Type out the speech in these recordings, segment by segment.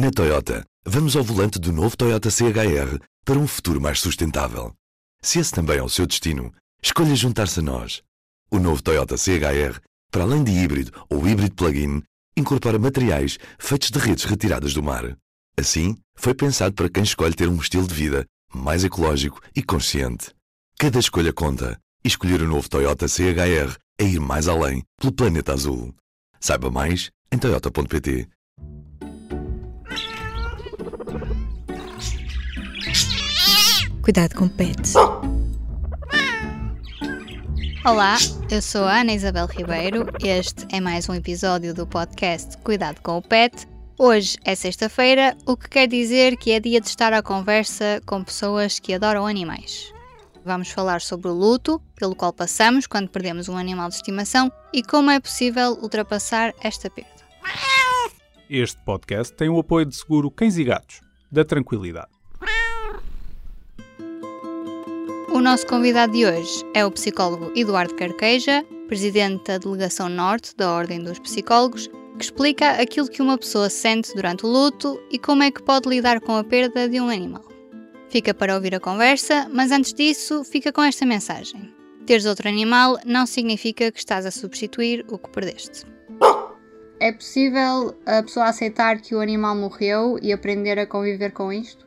Na Toyota, vamos ao volante do novo Toyota CHR para um futuro mais sustentável. Se esse também é o seu destino, escolha juntar-se a nós. O novo Toyota CHR, para além de híbrido ou híbrido plug-in, incorpora materiais feitos de redes retiradas do mar. Assim, foi pensado para quem escolhe ter um estilo de vida mais ecológico e consciente. Cada escolha conta, e escolher o novo Toyota CHR é ir mais além pelo planeta azul. Saiba mais em toyota.pt. Cuidado com pets. Olá, eu sou a Ana Isabel Ribeiro. Este é mais um episódio do podcast Cuidado com o Pet. Hoje é sexta-feira, o que quer dizer que é dia de estar à conversa com pessoas que adoram animais. Vamos falar sobre o luto, pelo qual passamos quando perdemos um animal de estimação e como é possível ultrapassar esta perda. Este podcast tem o apoio de seguro Cães e Gatos, da Tranquilidade. O nosso convidado de hoje é o psicólogo Eduardo Carqueja, presidente da Delegação Norte da Ordem dos Psicólogos, que explica aquilo que uma pessoa sente durante o luto e como é que pode lidar com a perda de um animal. Fica para ouvir a conversa, mas antes disso, fica com esta mensagem. Teres outro animal não significa que estás a substituir o que perdeste. É possível a pessoa aceitar que o animal morreu e aprender a conviver com isto?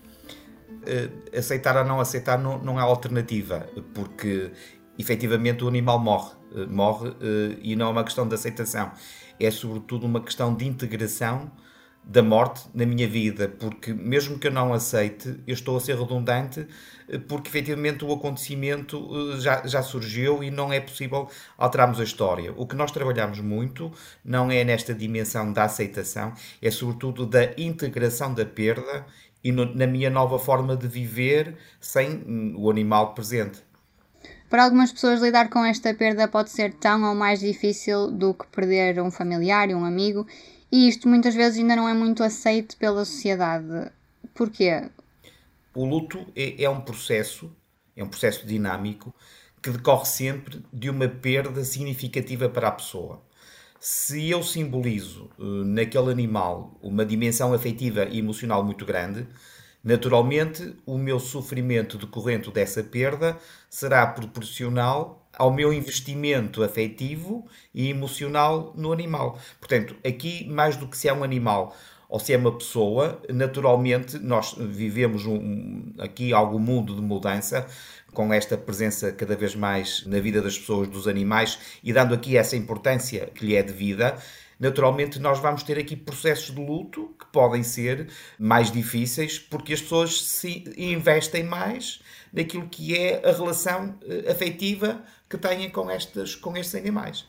Aceitar ou não aceitar não há alternativa, porque efetivamente o animal morre e não é uma questão de aceitação, é sobretudo uma questão de integração da morte na minha vida, porque mesmo que eu não aceite, eu estou a ser redundante, porque efetivamente o acontecimento já surgiu e não é possível alterarmos a história. O que nós trabalhamos muito não é nesta dimensão da aceitação, é sobretudo da integração da perda e na minha nova forma de viver sem o animal presente. Para algumas pessoas, lidar com esta perda pode ser tão ou mais difícil do que perder um familiar e um amigo, e isto muitas vezes ainda não é muito aceito pela sociedade. Porquê? O luto é um processo dinâmico que decorre sempre de uma perda significativa para a pessoa. Se eu simbolizo naquele animal uma dimensão afetiva e emocional muito grande, naturalmente o meu sofrimento decorrente dessa perda será proporcional ao meu investimento afetivo e emocional no animal. Portanto, aqui, mais do que se é um animal ou se é uma pessoa, naturalmente nós vivemos aqui algum mundo de mudança, com esta presença cada vez mais na vida das pessoas, dos animais, e dando aqui essa importância que lhe é devida. Naturalmente nós vamos ter aqui processos de luto que podem ser mais difíceis, porque as pessoas se investem mais naquilo que é a relação afetiva que têm com estes animais.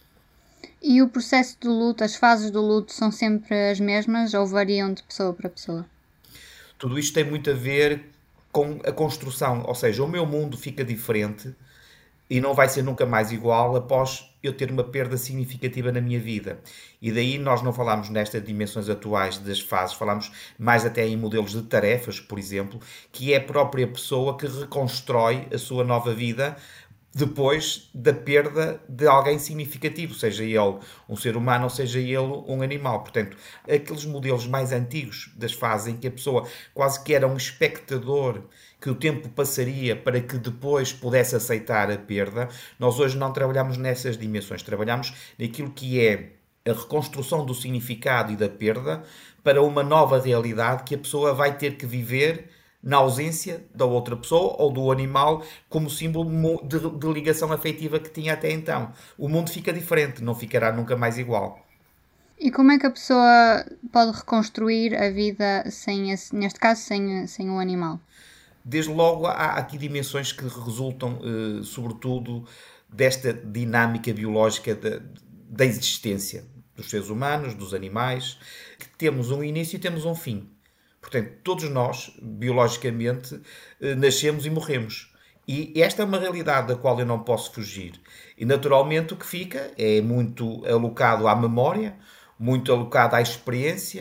E o processo do luto, as fases do luto são sempre as mesmas ou variam de pessoa para pessoa? Tudo isto tem muito a ver com a construção, ou seja, o meu mundo fica diferente e não vai ser nunca mais igual após eu ter uma perda significativa na minha vida. E daí nós não falamos nestas dimensões atuais das fases, falamos mais até em modelos de tarefas, por exemplo, que é a própria pessoa que reconstrói a sua nova vida depois da perda de alguém significativo, seja ele um ser humano ou seja ele um animal. Portanto, aqueles modelos mais antigos das fases em que a pessoa quase que era um espectador, que o tempo passaria para que depois pudesse aceitar a perda, nós hoje não trabalhamos nessas dimensões, trabalhamos naquilo que é a reconstrução do significado e da perda para uma nova realidade que a pessoa vai ter que viver na ausência da outra pessoa ou do animal como símbolo de ligação afetiva que tinha até então. O mundo fica diferente, não ficará nunca mais igual. E como é que a pessoa pode reconstruir a vida neste caso, sem o animal? Desde logo há aqui dimensões que resultam, sobretudo, desta dinâmica biológica da existência dos seres humanos, dos animais, que temos um início e temos um fim. Portanto, todos nós, biologicamente, nascemos e morremos. E esta é uma realidade da qual eu não posso fugir. E, naturalmente, o que fica é muito alocado à memória, muito alocado à experiência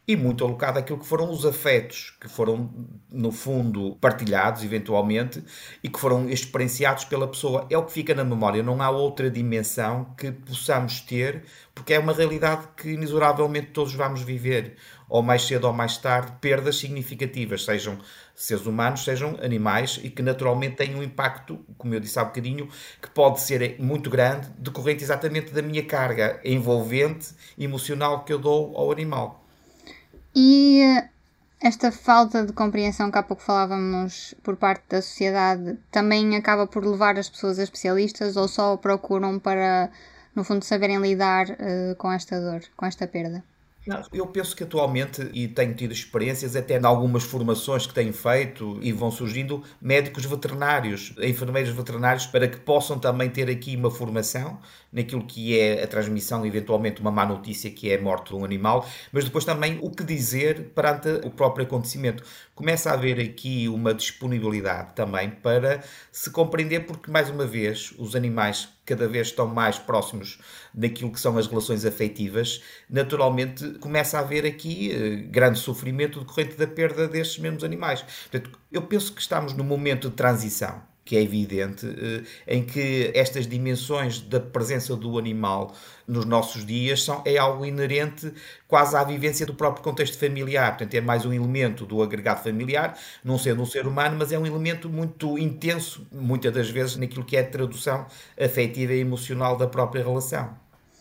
e muito alocado àquilo que foram os afetos, que foram, no fundo, partilhados, eventualmente, e que foram experienciados pela pessoa. É o que fica na memória, não há outra dimensão que possamos ter, porque é uma realidade que inexoravelmente todos vamos viver, ou mais cedo ou mais tarde, perdas significativas, sejam seres humanos, sejam animais, e que naturalmente têm um impacto, como eu disse há bocadinho, que pode ser muito grande, decorrente exatamente da minha carga envolvente, emocional que eu dou ao animal. E esta falta de compreensão que há pouco falávamos por parte da sociedade também acaba por levar as pessoas a especialistas ou só procuram para, no fundo, saberem lidar com esta dor, com esta perda? Não, eu penso que atualmente, e tenho tido experiências até em algumas formações que tenho feito e vão surgindo médicos veterinários, enfermeiros veterinários, para que possam também ter aqui uma formação naquilo que é a transmissão, eventualmente uma má notícia que é a morte de um animal, mas depois também o que dizer perante o próprio acontecimento. Começa a haver aqui uma disponibilidade também para se compreender, porque mais uma vez os animais cada vez estão mais próximos daquilo que são as relações afetivas, naturalmente começa a haver aqui grande sofrimento decorrente da perda destes mesmos animais. Portanto, eu penso que estamos num momento de transição, que é evidente, em que estas dimensões da presença do animal nos nossos dias é algo inerente quase à vivência do próprio contexto familiar. Portanto, é mais um elemento do agregado familiar, não sendo um ser humano, mas é um elemento muito intenso, muitas das vezes, naquilo que é a tradução afetiva e emocional da própria relação.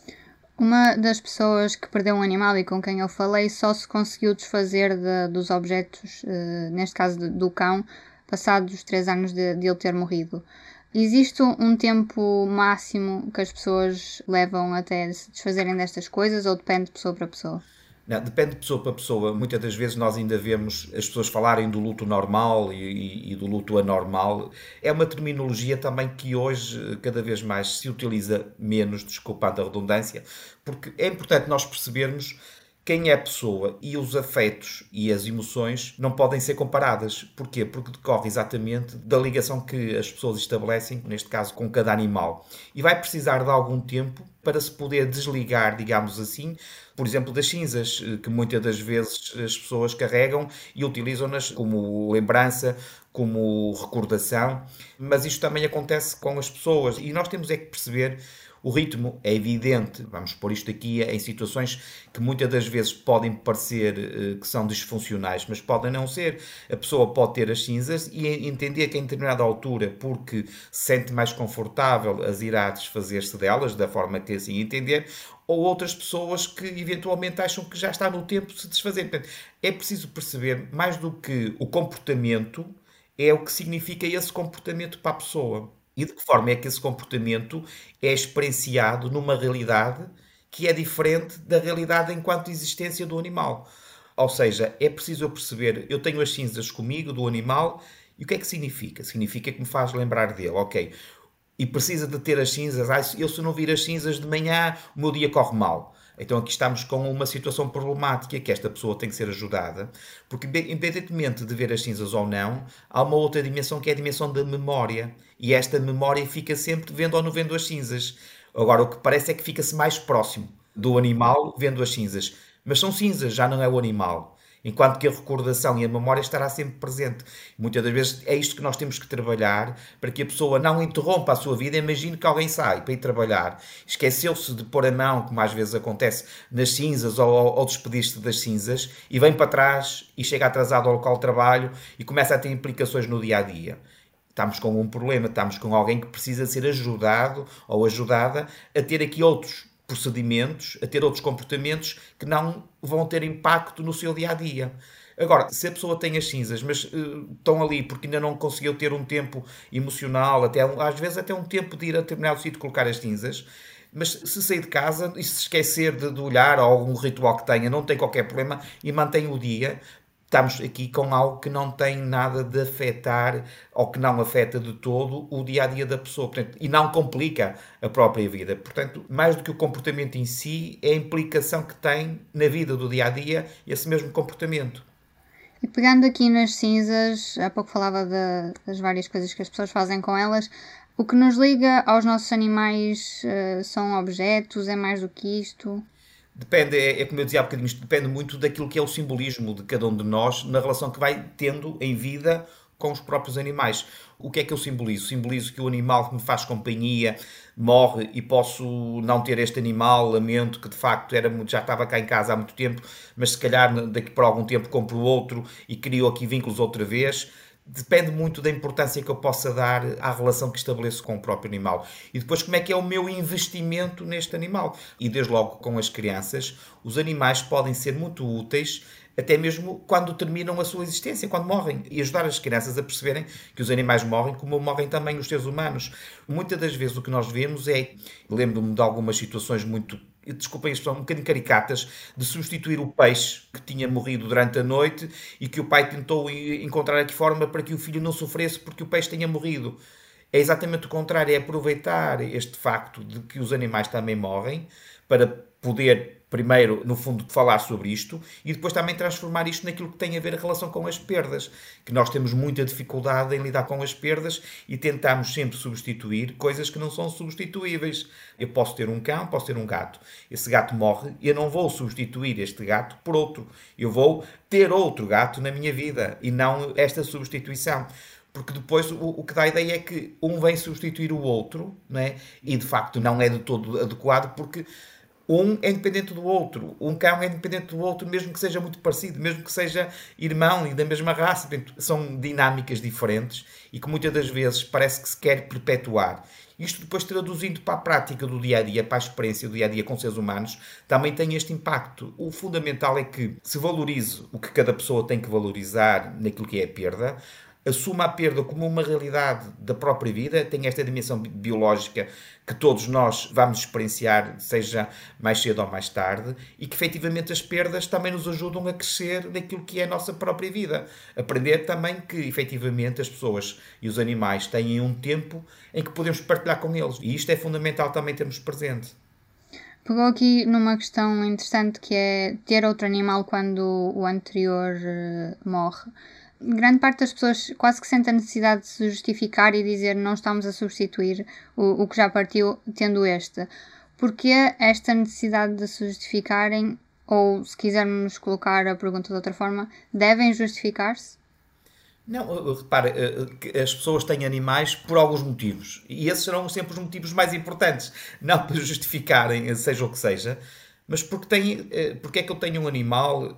Uma das pessoas que perdeu um animal e com quem eu falei só se conseguiu desfazer dos objetos, neste caso do cão, passados 3 anos de ele ter morrido. Existe um tempo máximo que as pessoas levam até se desfazerem destas coisas ou depende de pessoa para pessoa? Não, depende de pessoa para pessoa. Muitas das vezes nós ainda vemos as pessoas falarem do luto normal e do luto anormal. É uma terminologia também que hoje cada vez mais se utiliza menos, desculpando a redundância, porque é importante nós percebermos quem é a pessoa e os afetos e as emoções não podem ser comparadas. Porquê? Porque decorre exatamente da ligação que as pessoas estabelecem, neste caso com cada animal. E vai precisar de algum tempo para se poder desligar, digamos assim, por exemplo, das cinzas, que muitas das vezes as pessoas carregam e utilizam-nas como lembrança, como recordação. Mas isto também acontece com as pessoas e nós temos é que perceber. O ritmo é evidente, vamos pôr isto aqui em situações que muitas das vezes podem parecer que são disfuncionais, mas podem não ser. A pessoa pode ter as cinzas e entender que em determinada altura, porque se sente mais confortável, as irá desfazer-se delas, da forma que assim entender, ou outras pessoas que eventualmente acham que já está no tempo de se desfazer. Portanto, é preciso perceber, mais do que o comportamento, é o que significa esse comportamento para a pessoa. E de que forma é que esse comportamento é experienciado numa realidade que é diferente da realidade enquanto existência do animal. Ou seja, é preciso eu perceber, eu tenho as cinzas comigo, do animal, e o que é que significa? Significa que me faz lembrar dele, ok. E precisa de ter as cinzas, eu se não vir as cinzas de manhã, o meu dia corre mal. Então aqui estamos com uma situação problemática que esta pessoa tem que ser ajudada, porque independentemente de ver as cinzas ou não, há uma outra dimensão que é a dimensão da memória. E esta memória fica sempre vendo ou não vendo as cinzas. Agora, o que parece é que fica-se mais próximo do animal vendo as cinzas. Mas são cinzas, já não é o animal. Enquanto que a recordação e a memória estará sempre presente. Muitas das vezes é isto que nós temos que trabalhar para que a pessoa não interrompa a sua vida. Imagine que alguém sai para ir trabalhar, esqueceu-se de pôr a mão, como às vezes acontece, nas cinzas ou despedir-se das cinzas e vem para trás e chega atrasado ao local de trabalho e começa a ter implicações no dia-a-dia. Estamos com um problema, estamos com alguém que precisa ser ajudado ou ajudada a ter aqui outros procedimentos, a ter outros comportamentos que não vão ter impacto no seu dia-a-dia. Agora, se a pessoa tem as cinzas, mas estão ali porque ainda não conseguiu ter um tempo emocional, às vezes até um tempo de ir a determinado sítio colocar as cinzas, mas se sair de casa e se esquecer de olhar ou algum ritual que tenha, não tem qualquer problema e mantém o dia. Estamos aqui com algo que não tem nada de afetar ou que não afeta de todo o dia-a-dia da pessoa, portanto, e não complica a própria vida. Portanto, mais do que o comportamento em si, é a implicação que tem na vida do dia-a-dia esse mesmo comportamento. E pegando aqui nas cinzas, há pouco falava das várias coisas que as pessoas fazem com elas. O que nos liga aos nossos animais são objetos, é mais do que isto? Depende, é como eu dizia há bocadinho, isto depende muito daquilo que é o simbolismo de cada um de nós na relação que vai tendo em vida com os próprios animais. O que é que eu simbolizo? Simbolizo que o animal que me faz companhia morre e posso não ter este animal, lamento que de facto já estava cá em casa há muito tempo, mas se calhar daqui por algum tempo compro outro e crio aqui vínculos outra vez. Depende muito da importância que eu possa dar à relação que estabeleço com o próprio animal. E depois como é que é o meu investimento neste animal. E desde logo com as crianças, os animais podem ser muito úteis até mesmo quando terminam a sua existência, quando morrem, e ajudar as crianças a perceberem que os animais morrem como morrem também os seres humanos. Muitas das vezes o que nós vemos lembro-me de algumas situações muito, desculpem a expressão, um bocadinho caricatas, de substituir o peixe que tinha morrido durante a noite e que o pai tentou encontrar aqui forma para que o filho não sofresse porque o peixe tinha morrido. É exatamente o contrário, é aproveitar este facto de que os animais também morrem para poder, primeiro, no fundo, falar sobre isto e depois também transformar isto naquilo que tem a ver a relação com as perdas, que nós temos muita dificuldade em lidar com as perdas e tentamos sempre substituir coisas que não são substituíveis. Eu posso ter um cão, posso ter um gato. Esse gato morre e eu não vou substituir este gato por outro. Eu vou ter outro gato na minha vida e não esta substituição. Porque depois o que dá a ideia é que um vem substituir o outro, não é? E de facto não é de todo adequado, porque um é independente do outro. Um cão é independente do outro, mesmo que seja muito parecido, mesmo que seja irmão e da mesma raça. São dinâmicas diferentes e que muitas das vezes parece que se quer perpetuar. Isto depois traduzindo para a prática do dia-a-dia, para a experiência do dia-a-dia com seres humanos, também tem este impacto. O fundamental é que se valorize o que cada pessoa tem que valorizar naquilo que é a perda, assuma a perda como uma realidade da própria vida, tem esta dimensão biológica que todos nós vamos experienciar, seja mais cedo ou mais tarde, e que efetivamente as perdas também nos ajudam a crescer naquilo que é a nossa própria vida. Aprender também que efetivamente as pessoas e os animais têm um tempo em que podemos partilhar com eles, e isto é fundamental também termos presente. Pegou aqui numa questão interessante que é ter outro animal quando o anterior morre. Grande parte das pessoas quase que sente a necessidade de se justificar e dizer não estamos a substituir o que já partiu tendo este. Porquê esta necessidade de se justificarem, ou se quisermos colocar a pergunta de outra forma, devem justificar-se? Não, repara, as pessoas têm animais por alguns motivos. E esses serão sempre os motivos mais importantes. Não para justificarem, seja o que seja, mas porque é que eu tenho um animal,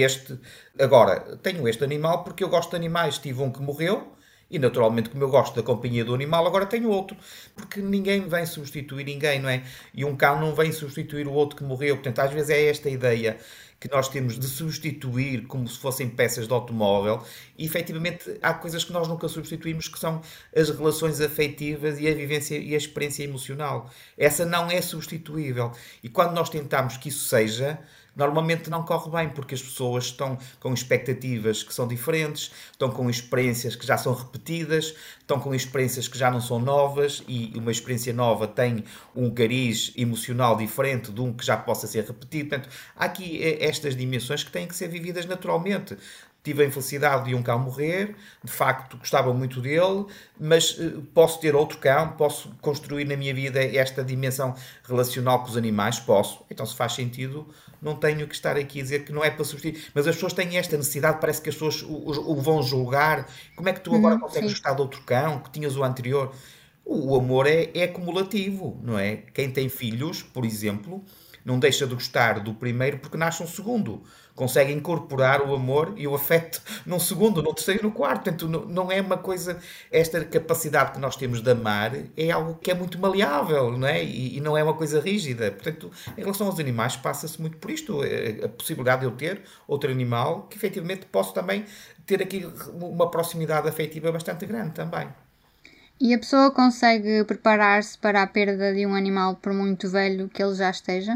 agora, tenho este animal porque eu gosto de animais. Tive um que morreu e, naturalmente, como eu gosto da companhia do animal, agora tenho outro. Porque ninguém vem substituir ninguém, não é? E um cão não vem substituir o outro que morreu. Portanto, às vezes é esta ideia que nós temos de substituir como se fossem peças de automóvel e, efetivamente, há coisas que nós nunca substituímos, que são as relações afetivas e a vivência e a experiência emocional. Essa não é substituível. E quando nós tentamos que isso seja, normalmente não corre bem, porque as pessoas estão com expectativas que são diferentes, estão com experiências que já são repetidas, estão com experiências que já não são novas, e uma experiência nova tem um cariz emocional diferente de um que já possa ser repetido. Portanto, há aqui estas dimensões que têm que ser vividas naturalmente. Tive a infelicidade de um cão morrer, de facto gostava muito dele, mas posso ter outro cão, posso construir na minha vida esta dimensão relacional com os animais, posso. Então, se faz sentido, não tenho que estar aqui a dizer que não é para substituir. Mas as pessoas têm esta necessidade, parece que as pessoas o vão julgar. Como é que tu agora consegues gostar de outro cão, que tinhas o anterior? O amor é acumulativo, não é? Quem tem filhos, por exemplo, não deixa de gostar do primeiro porque nasce um segundo. Consegue incorporar o amor e o afeto num segundo, no terceiro e no quarto. Portanto, não é uma coisa... Esta capacidade que nós temos de amar é algo que é muito maleável, não é? E não é uma coisa rígida. Portanto, em relação aos animais, passa-se muito por isto. A possibilidade de eu ter outro animal que, efetivamente, posso também ter aqui uma proximidade afetiva bastante grande também. E a pessoa consegue preparar-se para a perda de um animal por muito velho que ele já esteja?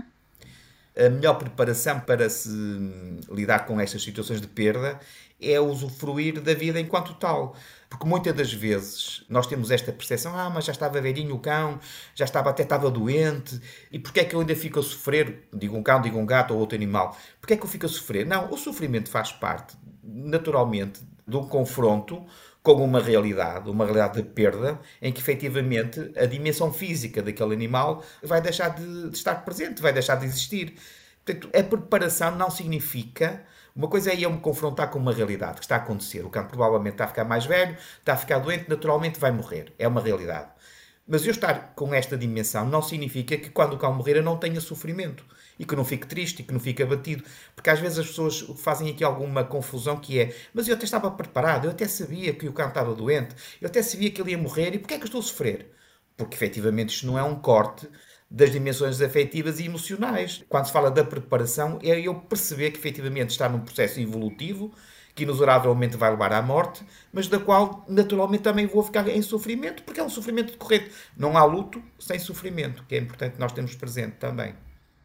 A melhor preparação para se lidar com estas situações de perda é usufruir da vida enquanto tal. Porque muitas das vezes nós temos esta percepção, mas já estava velhinho o cão, até estava doente, e porquê é que eu ainda fico a sofrer? Digo um cão, digo um gato ou outro animal. Porquê é que eu fico a sofrer? Não, o sofrimento faz parte, naturalmente, de um confronto com uma realidade de perda, em que efetivamente a dimensão física daquele animal vai deixar de estar presente, vai deixar de existir. Portanto, a preparação não significa... Uma coisa é eu me confrontar com uma realidade que está a acontecer. O cão provavelmente está a ficar mais velho, está a ficar doente, naturalmente vai morrer. É uma realidade. Mas eu estar com esta dimensão não significa que quando o cão morrer eu não tenha sofrimento. E que não fique triste, e que não fique abatido. Porque às vezes as pessoas fazem aqui alguma confusão que é: mas eu até estava preparado, eu até sabia que o cão estava doente, eu até sabia que ele ia morrer, e porquê é que eu estou a sofrer? Porque efetivamente isto não é um corte das dimensões afetivas e emocionais. Quando se fala da preparação, é eu perceber que efetivamente está num processo evolutivo, que inexoravelmente vai levar à morte, mas da qual naturalmente também vou ficar em sofrimento, porque é um sofrimento decorrente. Não há luto sem sofrimento, que é importante nós termos presente também.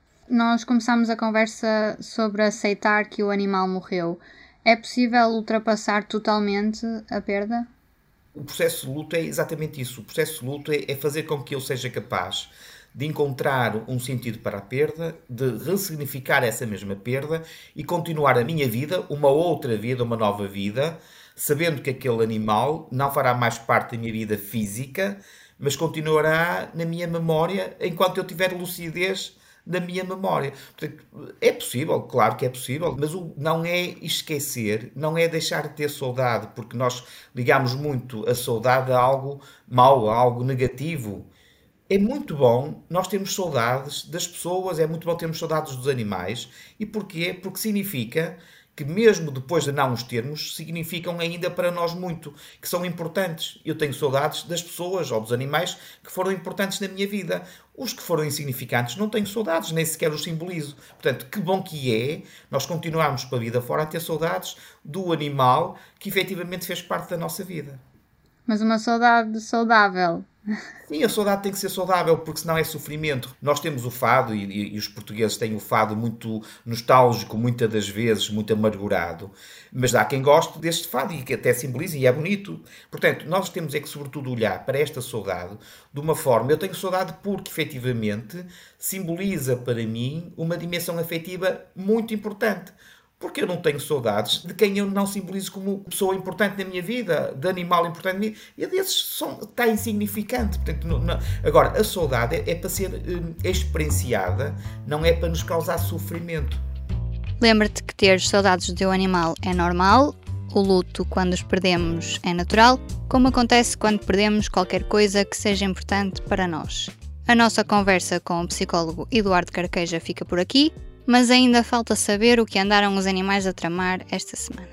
Nós começámos a conversa sobre aceitar que o animal morreu. É possível ultrapassar totalmente a perda? O processo de luto é exatamente isso. O processo de luto é fazer com que eu seja capaz de encontrar um sentido para a perda, de ressignificar essa mesma perda e continuar a minha vida, uma outra vida, uma nova vida, sabendo que aquele animal não fará mais parte da minha vida física, mas continuará na minha memória enquanto eu tiver lucidez da minha memória. Portanto, é possível, claro que é possível, mas não é esquecer, não é deixar de ter saudade, porque nós ligamos muito a saudade a algo mau, a algo negativo. É muito bom nós termos saudades das pessoas, é muito bom termos saudades dos animais. E porquê? Porque significa que mesmo depois de não os termos, significam ainda para nós muito, que são importantes. Eu tenho saudades das pessoas ou dos animais que foram importantes na minha vida. Os que foram insignificantes não tenho saudades, nem sequer os simbolizo. Portanto, que bom que é nós continuarmos para a vida fora a ter saudades do animal que efetivamente fez parte da nossa vida. Mas uma saudade saudável. Sim, a saudade tem que ser saudável, porque senão é sofrimento. Nós temos o fado, e os portugueses têm o fado muito nostálgico, muitas das vezes, muito amargurado. Mas há quem goste deste fado e que até simboliza e é bonito. Portanto, nós temos é que, sobretudo, olhar para esta saudade de uma forma... Eu tenho saudade porque, efetivamente, simboliza para mim uma dimensão afetiva muito importante. Porque eu não tenho saudades de quem eu não simbolizo como pessoa importante na minha vida, de animal importante na minha vida. E desses está insignificante. Portanto, agora, a saudade é para ser experienciada, não é para nos causar sofrimento. Lembra-te que ter saudades do teu animal é normal, o luto quando os perdemos é natural, como acontece quando perdemos qualquer coisa que seja importante para nós. A nossa conversa com o psicólogo Eduardo Carqueja fica por aqui, mas ainda falta saber o que andaram os animais a tramar esta semana.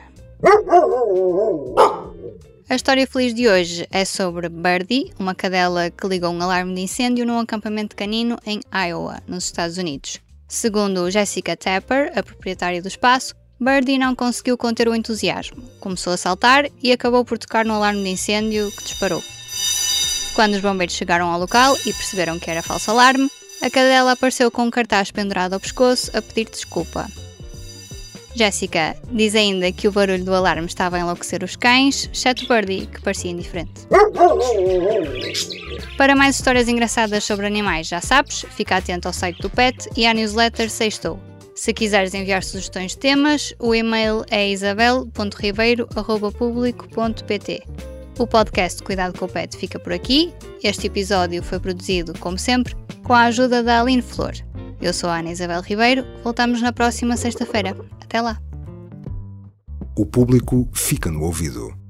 A história feliz de hoje é sobre Birdie, uma cadela que ligou um alarme de incêndio num acampamento canino em Iowa, nos Estados Unidos. Segundo Jessica Tapper, a proprietária do espaço, Birdie não conseguiu conter o entusiasmo. Começou a saltar e acabou por tocar no alarme de incêndio que disparou. Quando os bombeiros chegaram ao local e perceberam que era falso alarme, a cadela apareceu com um cartaz pendurado ao pescoço a pedir desculpa. Jessica diz ainda que o barulho do alarme estava a enlouquecer os cães, exceto Birdie, que parecia indiferente. Para mais histórias engraçadas sobre animais, já sabes, fica atento ao site do PET e à newsletter Sextou. Se quiseres enviar sugestões de temas, o e-mail é isabel.ribeiro@publico.pt. O podcast Cuidado com o Pet fica por aqui. Este episódio foi produzido, como sempre, com a ajuda da Aline Flor. Eu sou a Ana Isabel Ribeiro. Voltamos na próxima sexta-feira. Até lá! O público fica no ouvido.